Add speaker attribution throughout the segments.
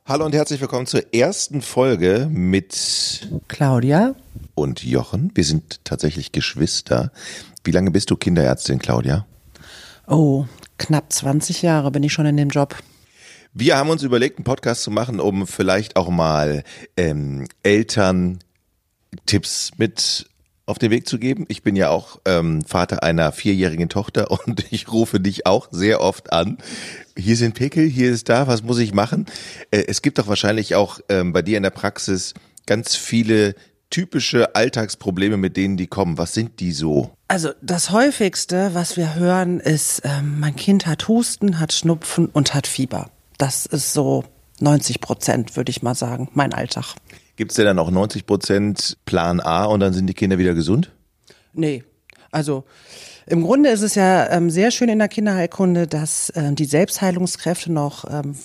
Speaker 1: Hallo und herzlich willkommen zur ersten Folge mit
Speaker 2: Claudia
Speaker 1: und Jochen. Wir sind tatsächlich Geschwister. Wie lange bist du Kinderärztin, Claudia?
Speaker 2: Oh, knapp 20 Jahre bin ich schon in dem Job.
Speaker 1: Wir haben uns überlegt, einen Podcast zu machen, um vielleicht auch mal Eltern Tipps mit auf den Weg zu geben. Ich bin ja auch Vater einer 4-jährigen Tochter und ich rufe dich auch sehr oft an. Hier sind Pickel, hier ist da, was muss ich machen? Es gibt doch wahrscheinlich auch bei dir in der Praxis ganz viele typische Alltagsprobleme, mit denen die kommen. Was sind die so?
Speaker 2: Also das häufigste, was wir hören, ist, mein Kind hat Husten, hat Schnupfen und hat Fieber. Das ist so 90%, würde ich mal sagen, mein Alltag.
Speaker 1: Gibt es denn dann auch 90% Plan A und dann sind die Kinder wieder gesund?
Speaker 2: Nee, also im Grunde ist es ja sehr schön in der Kinderheilkunde, dass die Selbstheilungskräfte noch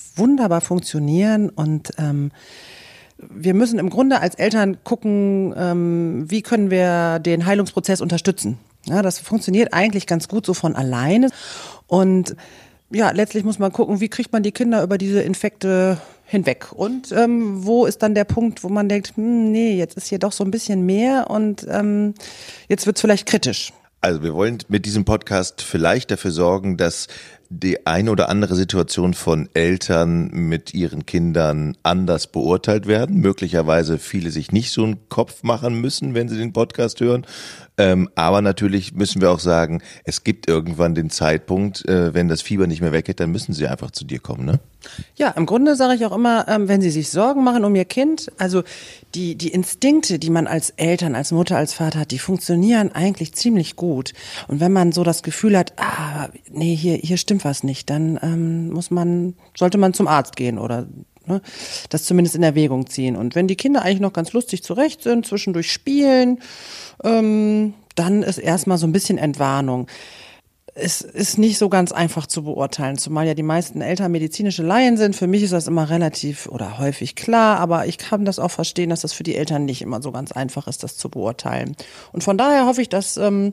Speaker 2: wunderbar funktionieren und wir müssen im Grunde als Eltern gucken, wie können wir den Heilungsprozess unterstützen. Ja, das funktioniert eigentlich ganz gut so von alleine und ja, letztlich muss man gucken, wie kriegt man die Kinder über diese Infekte hinweg und wo ist dann der Punkt, wo man denkt, nee, jetzt ist hier doch so ein bisschen mehr und jetzt wird's vielleicht kritisch.
Speaker 1: Also wir wollen mit diesem Podcast vielleicht dafür sorgen, dass die eine oder andere Situation von Eltern mit ihren Kindern anders beurteilt werden. Möglicherweise viele sich nicht so einen Kopf machen müssen, wenn sie den Podcast hören. Aber natürlich müssen wir auch sagen, es gibt irgendwann den Zeitpunkt, wenn das Fieber nicht mehr weggeht, dann müssen sie einfach zu dir kommen, ne?
Speaker 2: Ja, im Grunde sage ich auch immer, wenn Sie sich Sorgen machen um Ihr Kind, also die Instinkte, die man als Eltern, als Mutter, als Vater hat, die funktionieren eigentlich ziemlich gut. Und wenn man so das Gefühl hat, nee, hier stimmt was nicht, dann sollte man zum Arzt gehen oder das zumindest in Erwägung ziehen. Und wenn die Kinder eigentlich noch ganz lustig zurecht sind, zwischendurch spielen, dann ist erstmal so ein bisschen Entwarnung. Es ist nicht so ganz einfach zu beurteilen, zumal ja die meisten Eltern medizinische Laien sind. Für mich ist das immer relativ oder häufig klar, aber ich kann das auch verstehen, dass das für die Eltern nicht immer so ganz einfach ist, das zu beurteilen. Und von daher hoffe ich, dass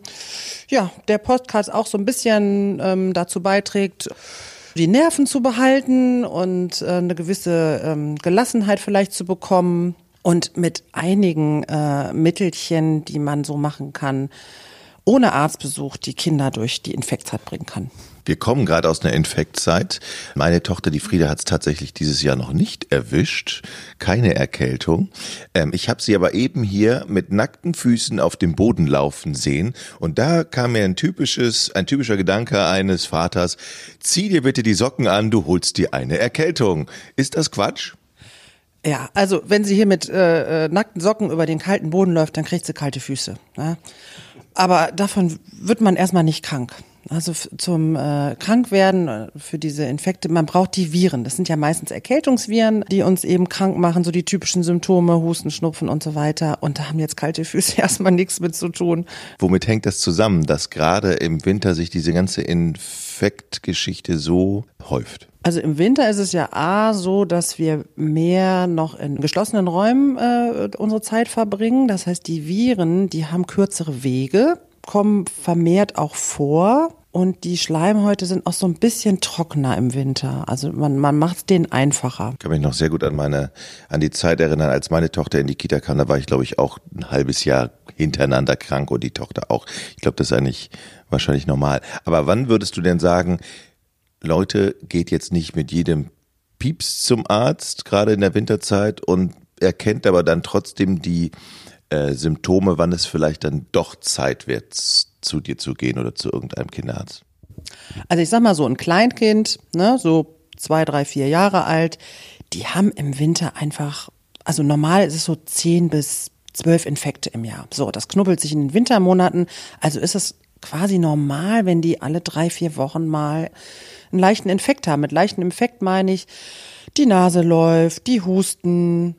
Speaker 2: der Podcast auch so ein bisschen dazu beiträgt, die Nerven zu behalten und eine gewisse Gelassenheit vielleicht zu bekommen und mit einigen Mittelchen, die man so machen kann, ohne Arztbesuch die Kinder durch die Infektzeit bringen kann.
Speaker 1: Wir kommen gerade aus einer Infektzeit. Meine Tochter, die Frieda, hat es tatsächlich dieses Jahr noch nicht erwischt. Keine Erkältung. Ich habe sie aber eben hier mit nackten Füßen auf dem Boden laufen sehen. Und da kam mir ein typischer Gedanke eines Vaters. Zieh dir bitte die Socken an, du holst dir eine Erkältung. Ist das Quatsch?
Speaker 2: Ja, also wenn sie hier mit nackten Socken über den kalten Boden läuft, dann kriegt sie kalte Füße. Ja? Aber davon wird man erstmal nicht krank. Also zum Krankwerden für diese Infekte, man braucht die Viren. Das sind ja meistens Erkältungsviren, die uns eben krank machen, so die typischen Symptome, Husten, Schnupfen und so weiter. Und da haben jetzt kalte Füße erstmal nichts mit zu tun.
Speaker 1: Womit hängt das zusammen, dass gerade im Winter sich diese ganze Infektgeschichte so häuft?
Speaker 2: Also im Winter ist es ja so, dass wir mehr noch in geschlossenen Räumen unsere Zeit verbringen. Das heißt, die Viren, die haben kürzere Wege, kommen vermehrt auch vor und die Schleimhäute sind auch so ein bisschen trockener im Winter. Also man macht es denen einfacher.
Speaker 1: Ich kann mich noch sehr gut an die Zeit erinnern, als meine Tochter in die Kita kam. Da war ich, glaube ich, auch ein halbes Jahr hintereinander krank und die Tochter auch. Ich glaube, das ist eigentlich wahrscheinlich normal. Aber wann würdest du denn sagen, Leute, geht jetzt nicht mit jedem Pieps zum Arzt, gerade in der Winterzeit, und erkennt aber dann trotzdem die Symptome, wann es vielleicht dann doch Zeit wird, zu dir zu gehen oder zu irgendeinem Kinderarzt?
Speaker 2: Also ich sag mal so, ein Kleinkind, so 2, 3, 4 Jahre alt, die haben im Winter einfach, also normal ist es so 10 bis 12 Infekte im Jahr. So, das knubbelt sich in den Wintermonaten, also ist es quasi normal, wenn die alle 3, 4 Wochen mal einen leichten Infekt haben. Mit leichten Infekt meine ich, die Nase läuft, die husten,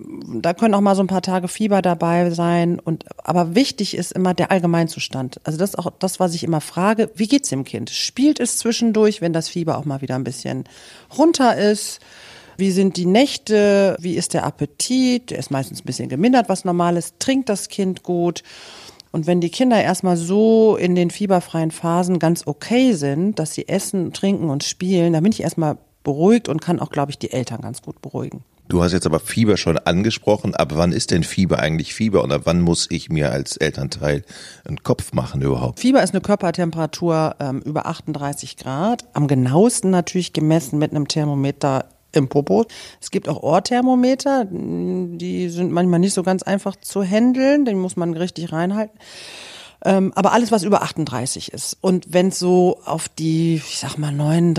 Speaker 2: da können auch mal so ein paar Tage Fieber dabei sein. Aber wichtig ist immer der Allgemeinzustand. Also das ist auch das, was ich immer frage. Wie geht's dem Kind? Spielt es zwischendurch, wenn das Fieber auch mal wieder ein bisschen runter ist? Wie sind die Nächte? Wie ist der Appetit? Der ist meistens ein bisschen gemindert, was normal ist. Trinkt das Kind gut? Und wenn die Kinder erstmal so in den fieberfreien Phasen ganz okay sind, dass sie essen, trinken und spielen, dann bin ich erstmal beruhigt und kann auch, glaube ich, die Eltern ganz gut beruhigen.
Speaker 1: Du hast jetzt aber Fieber schon angesprochen. Ab wann ist denn Fieber eigentlich Fieber und ab wann muss ich mir als Elternteil einen Kopf machen überhaupt?
Speaker 2: Fieber ist eine Körpertemperatur über 38 Grad. Am genauesten natürlich gemessen mit einem Thermometer im Popo. Es gibt auch Ohrthermometer, die sind manchmal nicht so ganz einfach zu handeln, den muss man richtig reinhalten. Aber alles, was über 38 ist. Und wenn es so auf die, ich sag mal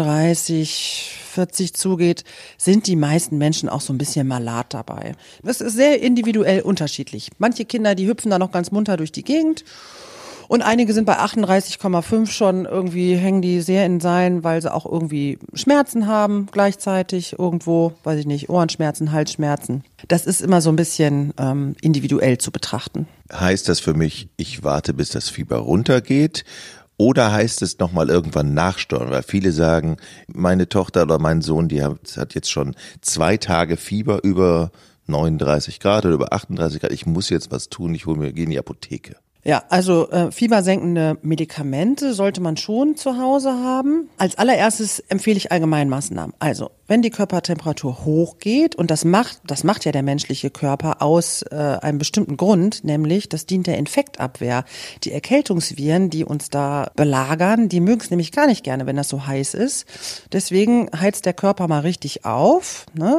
Speaker 2: 39, 40 zugeht, sind die meisten Menschen auch so ein bisschen malat dabei. Das ist sehr individuell unterschiedlich. Manche Kinder, die hüpfen da noch ganz munter durch die Gegend. Und einige sind bei 38,5 schon, irgendwie hängen die sehr in Seilen, weil sie auch irgendwie Schmerzen haben gleichzeitig irgendwo, weiß ich nicht, Ohrenschmerzen, Halsschmerzen. Das ist immer so ein bisschen individuell zu betrachten.
Speaker 1: Heißt das für mich, ich warte, bis das Fieber runtergeht? Oder heißt es nochmal irgendwann nachsteuern? Weil viele sagen, meine Tochter oder mein Sohn, die hat jetzt schon 2 Tage Fieber über 39 Grad oder über 38 Grad. Ich muss jetzt was tun, gehe in die Apotheke.
Speaker 2: Ja, also fiebersenkende Medikamente sollte man schon zu Hause haben. Als allererstes empfehle ich Allgemeinmaßnahmen. Also, wenn die Körpertemperatur hochgeht, und das macht ja der menschliche Körper aus einem bestimmten Grund, nämlich das dient der Infektabwehr. Die Erkältungsviren, die uns da belagern, die mögen es nämlich gar nicht gerne, wenn das so heiß ist. Deswegen heizt der Körper mal richtig auf, ne?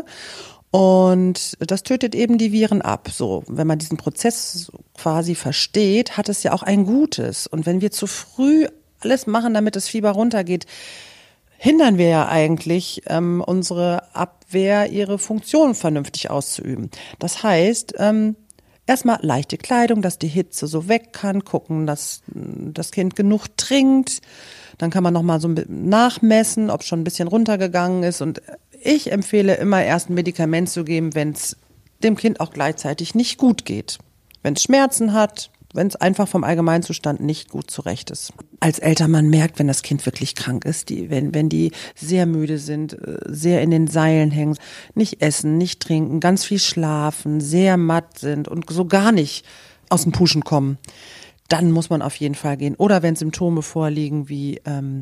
Speaker 2: Und das tötet eben die Viren ab. So, wenn man diesen Prozess quasi versteht, hat es ja auch ein Gutes. Und wenn wir zu früh alles machen, damit das Fieber runtergeht, hindern wir ja eigentlich unsere Abwehr, ihre Funktion vernünftig auszuüben. Das heißt, erstmal leichte Kleidung, dass die Hitze so weg kann, gucken, dass das Kind genug trinkt. Dann kann man nochmal so nachmessen, ob es schon ein bisschen runtergegangen ist. Und ich empfehle immer erst ein Medikament zu geben, wenn es dem Kind auch gleichzeitig nicht gut geht. Wenn es Schmerzen hat, wenn es einfach vom Allgemeinzustand nicht gut zurecht ist. Als Elternmann merkt, wenn das Kind wirklich krank ist, wenn die sehr müde sind, sehr in den Seilen hängen, nicht essen, nicht trinken, ganz viel schlafen, sehr matt sind und so gar nicht aus dem Puschen kommen, dann muss man auf jeden Fall gehen. Oder wenn Symptome vorliegen wie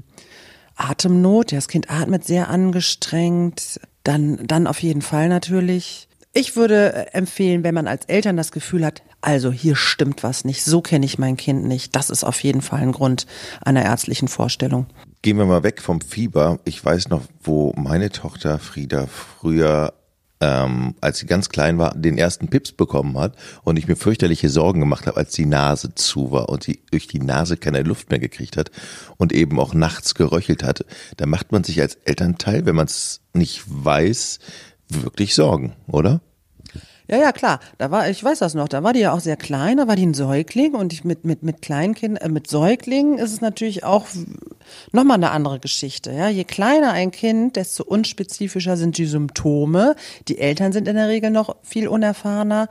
Speaker 2: Atemnot, das Kind atmet sehr angestrengt, dann auf jeden Fall natürlich. Ich würde empfehlen, wenn man als Eltern das Gefühl hat, also hier stimmt was nicht, so kenne ich mein Kind nicht, das ist auf jeden Fall ein Grund einer ärztlichen Vorstellung.
Speaker 1: Gehen wir mal weg vom Fieber. Ich weiß noch, wo meine Tochter Frieda früher, als sie ganz klein war, den ersten Pips bekommen hat und ich mir fürchterliche Sorgen gemacht habe, als die Nase zu war und sie durch die Nase keine Luft mehr gekriegt hat und eben auch nachts geröchelt hatte. Da macht man sich als Elternteil, wenn man es nicht weiß, wirklich Sorgen, oder?
Speaker 2: Ja, klar. Ich weiß das noch, da war die ja auch sehr klein, da war die ein Säugling und mit Kleinkindern, mit Säuglingen ist es natürlich auch nochmal eine andere Geschichte. Ja, je kleiner ein Kind, desto unspezifischer sind die Symptome. Die Eltern sind in der Regel noch viel unerfahrener.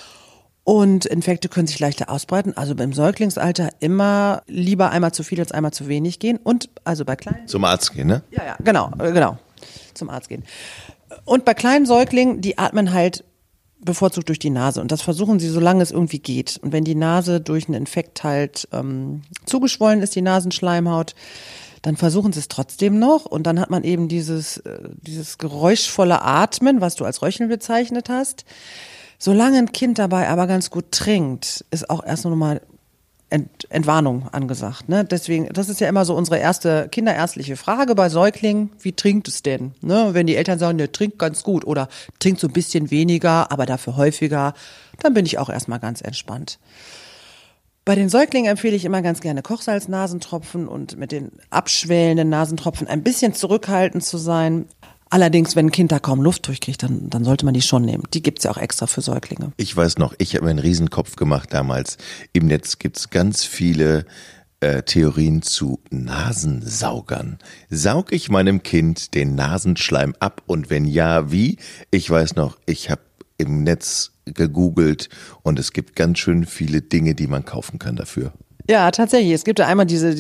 Speaker 2: Und Infekte können sich leichter ausbreiten. Also beim Säuglingsalter immer lieber einmal zu viel als einmal zu wenig gehen. Und also bei kleinen.
Speaker 1: Zum Arzt gehen, ne?
Speaker 2: Ja, genau. Zum Arzt gehen. Und bei kleinen Säuglingen, die atmen halt bevorzugt durch die Nase. Und das versuchen sie, solange es irgendwie geht. Und wenn die Nase durch einen Infekt halt zugeschwollen ist, die Nasenschleimhaut, dann versuchen sie es trotzdem noch. Und dann hat man eben dieses geräuschvolle Atmen, was du als Röcheln bezeichnet hast. Solange ein Kind dabei aber ganz gut trinkt, ist auch erst noch mal Entwarnung angesagt. Ne? Deswegen, das ist ja immer so unsere erste kinderärztliche Frage bei Säuglingen. Wie trinkt es denn? Ne? Wenn die Eltern sagen, der trinkt ganz gut oder trinkt so ein bisschen weniger, aber dafür häufiger, dann bin ich auch erstmal ganz entspannt. Bei den Säuglingen empfehle ich immer ganz gerne Kochsalz-Nasentropfen und mit den abschwellenden Nasentropfen ein bisschen zurückhaltend zu sein. Allerdings, wenn ein Kind da kaum Luft durchkriegt, dann sollte man die schon nehmen. Die gibt's ja auch extra für Säuglinge.
Speaker 1: Ich weiß noch, ich habe mir einen Riesenkopf gemacht damals. Im Netz gibt's ganz viele Theorien zu Nasensaugern. Saug ich meinem Kind den Nasenschleim ab und wenn ja, wie? Ich weiß noch, ich habe im Netz gegoogelt und es gibt ganz schön viele Dinge, die man kaufen kann dafür.
Speaker 2: Ja, tatsächlich. Es gibt ja einmal diese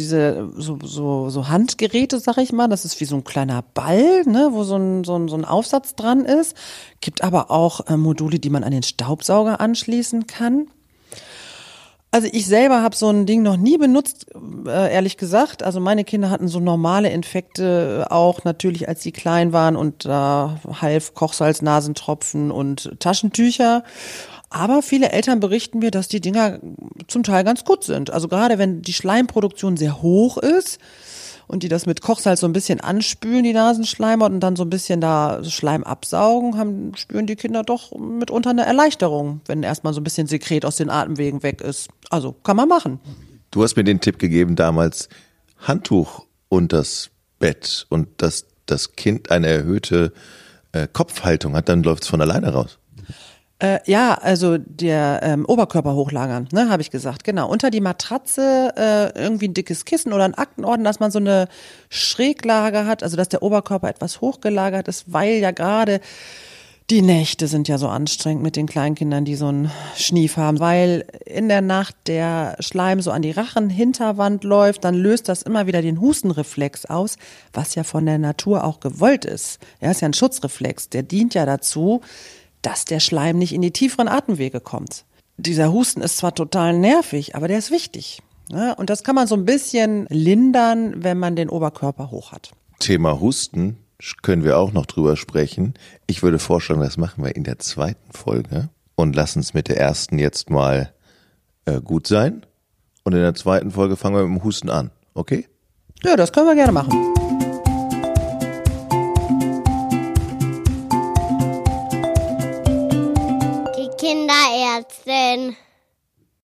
Speaker 2: so Handgeräte, sag ich mal. Das ist wie so ein kleiner Ball, ne, wo so ein Aufsatz dran ist. Gibt aber auch Module, die man an den Staubsauger anschließen kann. Also ich selber habe so ein Ding noch nie benutzt, ehrlich gesagt. Also meine Kinder hatten so normale Infekte auch natürlich, als sie klein waren und da half Kochsalz, Nasentropfen und Taschentücher. Aber viele Eltern berichten mir, dass die Dinger zum Teil ganz gut sind. Also gerade wenn die Schleimproduktion sehr hoch ist und die das mit Kochsalz so ein bisschen anspülen, die Nasenschleimhaut, und dann so ein bisschen da Schleim absaugen, spüren die Kinder doch mitunter eine Erleichterung, wenn erstmal so ein bisschen Sekret aus den Atemwegen weg ist. Also kann man machen.
Speaker 1: Du hast mir den Tipp gegeben damals, Handtuch unters Bett und dass das Kind eine erhöhte Kopfhaltung hat, dann läuft's von alleine raus.
Speaker 2: Ja, also der Oberkörper hochlagern, ne, habe ich gesagt. Genau, unter die Matratze irgendwie ein dickes Kissen oder ein Aktenordner, dass man so eine Schräglage hat, also dass der Oberkörper etwas hochgelagert ist, weil ja gerade die Nächte sind ja so anstrengend mit den Kleinkindern, die so einen Schnief haben, weil in der Nacht der Schleim so an die Rachenhinterwand läuft, dann löst das immer wieder den Hustenreflex aus, was ja von der Natur auch gewollt ist. Ja, ist ja ein Schutzreflex, der dient ja dazu, dass der Schleim nicht in die tieferen Atemwege kommt. Dieser Husten ist zwar total nervig, aber der ist wichtig. Ja, und das kann man so ein bisschen lindern, wenn man den Oberkörper hoch hat.
Speaker 1: Thema Husten können wir auch noch drüber sprechen. Ich würde vorschlagen, das machen wir in der zweiten Folge und lassen es mit der ersten jetzt mal gut sein. Und in der zweiten Folge fangen wir mit dem Husten an, okay?
Speaker 2: Ja, das können wir gerne machen.
Speaker 3: Kinderärztin.